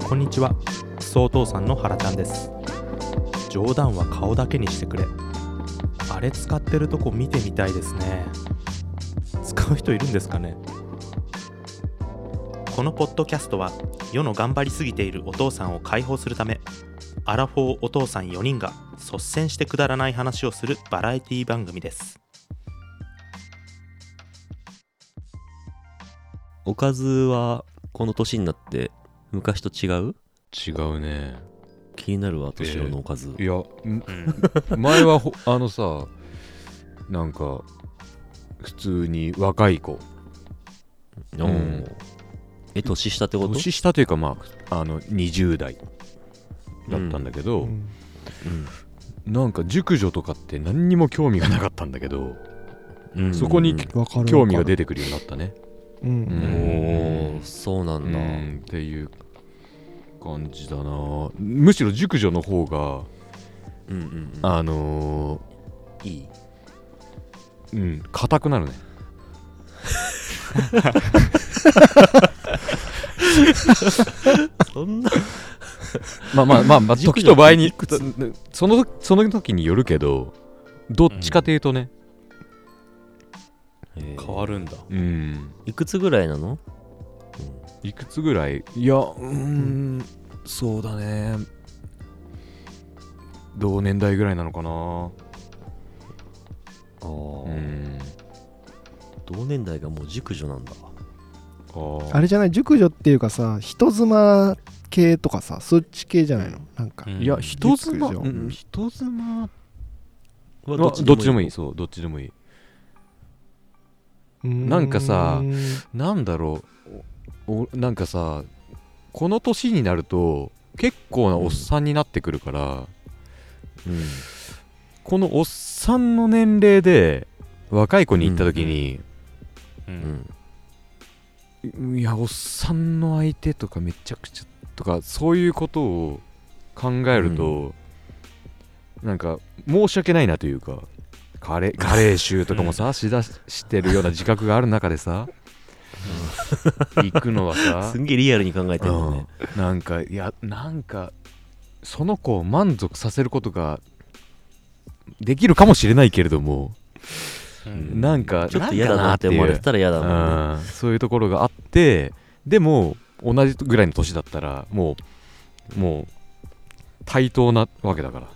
こんにちは、総統さんの原ちゃんです。冗談は顔だけにしてくれ。あれ使ってるとこ見てみたいですね。使う人いるんですかね。このポッドキャストは世の頑張りすぎているお父さんを解放するため、アラフォーお父さん4人が率先してくだらない話をするバラエティ番組です。 おかずはこの年になって昔と違う？ 違うね。 気になるわ、年郎のおかず。 いや、前はさ、なんか普通に若い子、 年下ってこと？ 年下というか20代だったんだけど、なんか熟女とかって何にも興味がなかったんだけど、そこに興味が出てくるようになったね。 そうなんだ、 っていう感じだな。むしろ熟女の方がいい？ 硬くなるね。 そんなまあ時と場合にその時によるけど、どっちかというとね、 変わるんだ。 いくつぐらいなの？ いくつぐらい？いや、そうだね、同年代ぐらいなのかな。 同年代がもう熟女なんだ。 あれじゃない、熟女っていうかさ、人妻系とかさ、そっち系じゃないの？なんか、 いや、人妻はどっちでもいい。そう、どっちでもいい。なんかさ、なんだろう、なんかさ、この年になると結構なおっさんになってくるから、このおっさんの年齢で若い子に行った時に、いや、おっさんの相手とかめちゃくちゃとか、そういうことを考えると、なんか申し訳ないなというか、加齢臭とかもさ、しだしてるような自覚がある中でさ、行くのはさ、 すんげえリアルに考えてるのね。 なんかその子を満足させることができるかもしれないけれども、なんかちょっと嫌だなって思われてたら嫌だもんね。 そういうところがあって、でも同じぐらいの年だったらもう対等なわけだから、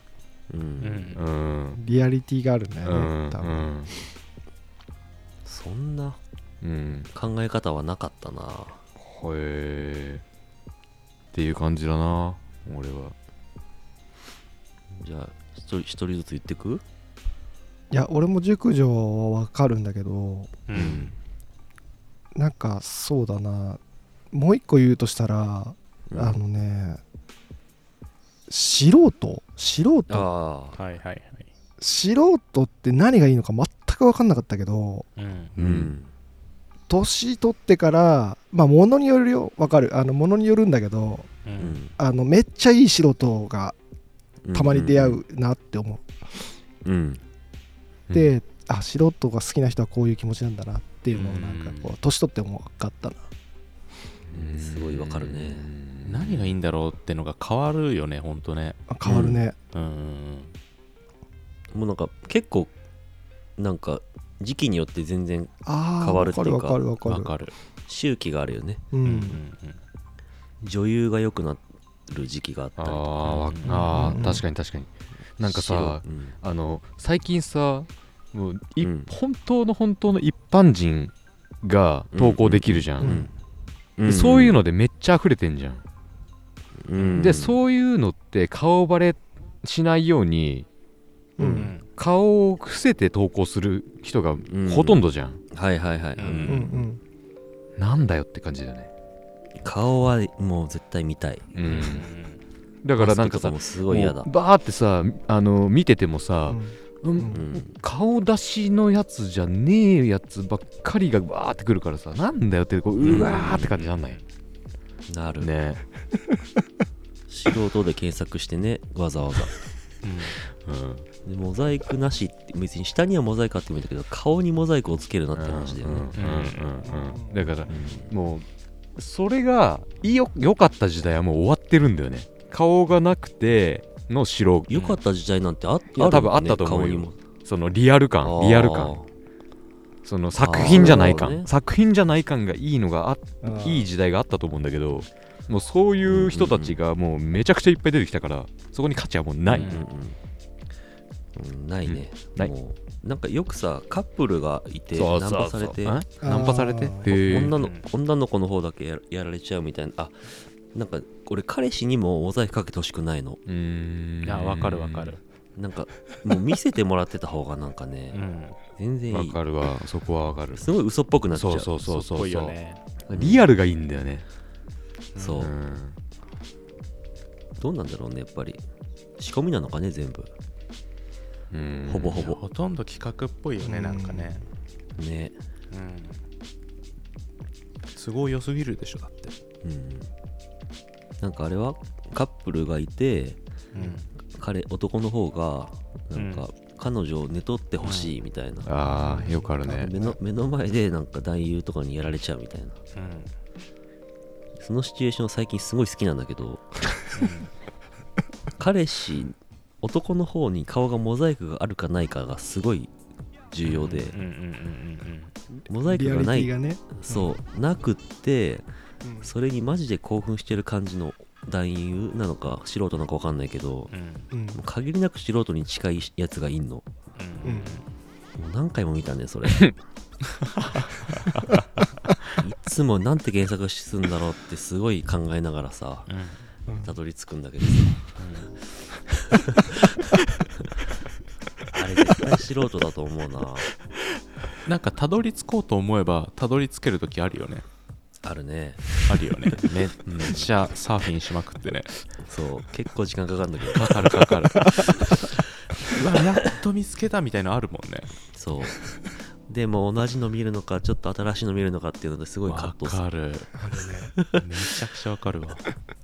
リアリティがあるんだよね、多分。 そんな考え方はなかったな。 っていう感じだな、俺は。 じゃあ一人ずつ言ってく？ いや、俺も熟女は分かるんだけど、なんかそうだな、もう一個言うとしたら、素人素人って何がいいのか全く分かんなかったけど、年取ってから、物によるよ、分かる、物によるんだけど、めっちゃいい素人がたまに出会うなって思う。で、素人が好きな人はこういう気持ちなんだなっていうのを、なんかこう年取っても分かったな。 すごい分かるね。 何がいいんだろうってのが変わるよね、ほんとね。 変わるね。 もうなんか結構なんか時期によって全然変わるっていうか、 分かる周期があるよね。女優が良くなる時期があったりとか。 確かになんかさ、最近さ、もう本当の一般人が投稿できるじゃん。そういうのでめっちゃ溢れてんじゃん。で、そういうのって顔バレしないように、顔を伏せて投稿する人がほとんどじゃん。なんだよって感じだよね。 顔はもう絶対見たい。 だからなんかさ、 すごい嫌だ。 バーってさ、見ててもさ、顔出しのやつじゃねえやつばっかりがバーってくるからさ、なんだよって、こう、うわーって感じなんない？ なるね。 素人で検索してね、わざわざ。でモザイクなしって、別に下にはモザイクあってもいいんだけど、顔にモザイクをつけるなって話だよね。 だから、もうそれが良かった時代はもう終わってるんだよね。顔がなくての白。 良かった時代なんてあるいや多分あったと思うよ。 顔にもそのリアル感その作品じゃない感、作品じゃない感がいいのがいい時代があったと思うんだけど、もうそういう人たちがもうめちゃくちゃいっぱい出てきたから、そこに価値はもうない。 ないね。 ないもうなんかよくさ、カップルがいてナンパされて、 ナンパされて女の子の方だけやられちゃうみたいな。あ、なんか俺彼氏にもモザイクかけてほしくないの。 いや、わかるわかる。 なんかもう見せてもらってた方がなんかね、全然いい。 わかるわ、そこはわかる。 すごい嘘っぽくなっちゃう。 そうよね。 リアルがいいんだよね。 そう。どうなんだろうね、やっぱり仕込みなのかね、全部。ほぼほぼ。 ほとんど企画っぽいよね、なんかね。 ね。 都合良すぎるでしょ、だって。 なんかあれはカップルがいて、男の方がなんか彼女を寝取ってほしいみたいな。 ああ、よくあるね。 目の前でなんか男優とかにやられちゃうみたいな。そのシチュエーション最近すごい好きなんだけど、彼氏男の方に顔がモザイクがあるかないかがすごい重要で、モザイクがない、そうなくって、それにマジで興奮してる感じの男優なのか素人なのか分かんないけど、限りなく素人に近いやつがいんの。もう何回も見たねそれ。いつもなんて原作するんだろうってすごい考えながらさ、たどり着くんだけどさ、あれ絶対素人だと思うな。 なんかたどり着こうと思えばたどり着けるときあるよね。 あるね。 あるよね。めっちゃサーフィンしまくってね。 そう、結構時間かかるんだけど。 かかる。うわ、やっと見つけたみたいなのあるもんね。 そう。でも同じの見るのかちょっと新しいの見るのかっていうのですごい葛藤する。 わかる。めちゃくちゃわかるわ。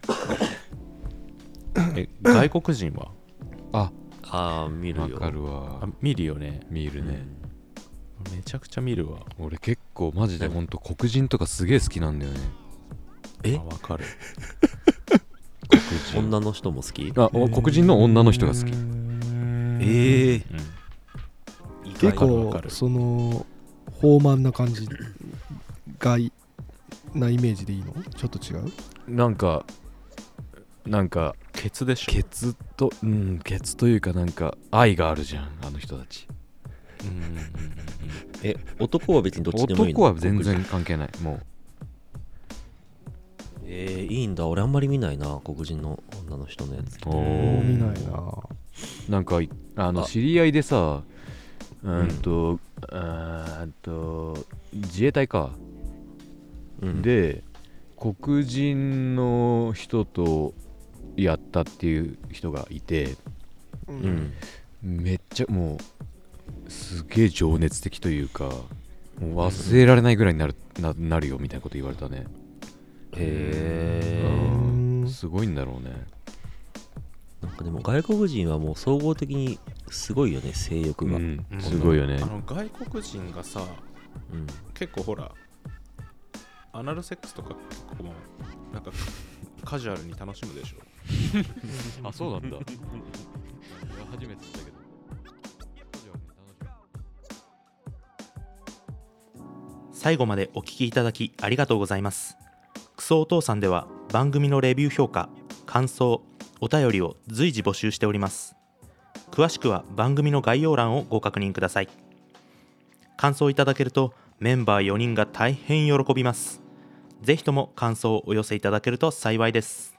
外国人は？ 見るよ。 わかるわ。 見るよね。 見るね。 めちゃくちゃ見るわ。 俺結構マジでほんと黒人とかすげえ好きなんだよね。 わかる。 女の人も好き？ 黒人の女の人が好き。 結構その豊満な感じがなイメージでいいの？ちょっと違う？ なんかケツでしょ。 ケツというかなんか愛があるじゃん、あの人たち。 男は別にどっちでもいいの？ 男は全然関係ない。もういいんだ。俺あんまり見ないな、黒人の女の人のやつ。 見ないな。 なんか知り合いでさ、自衛隊か、で黒人の人とやったっていう人がいて、めっちゃもうすげえ情熱的というか、もう忘れられないぐらいになるよみたいなこと言われたね。すごいんだろうね。 なんかでも外国人はもう総合的にすごいよね、性欲が。 すごいよね。 外国人がさ、結構ほらアナルセックスとか結構なんかカジュアルに楽しむでしょ。 あ、そうなんだ。初めて知ったけど。 最後までお聞きいただきありがとうございます。クソお父さんでは番組のレビュー評価、感想、お便りを随時募集しております。詳しくは番組の概要欄をご確認ください。感想いただけるとメンバー4人が大変喜びます。ぜひとも感想をお寄せいただけると幸いです。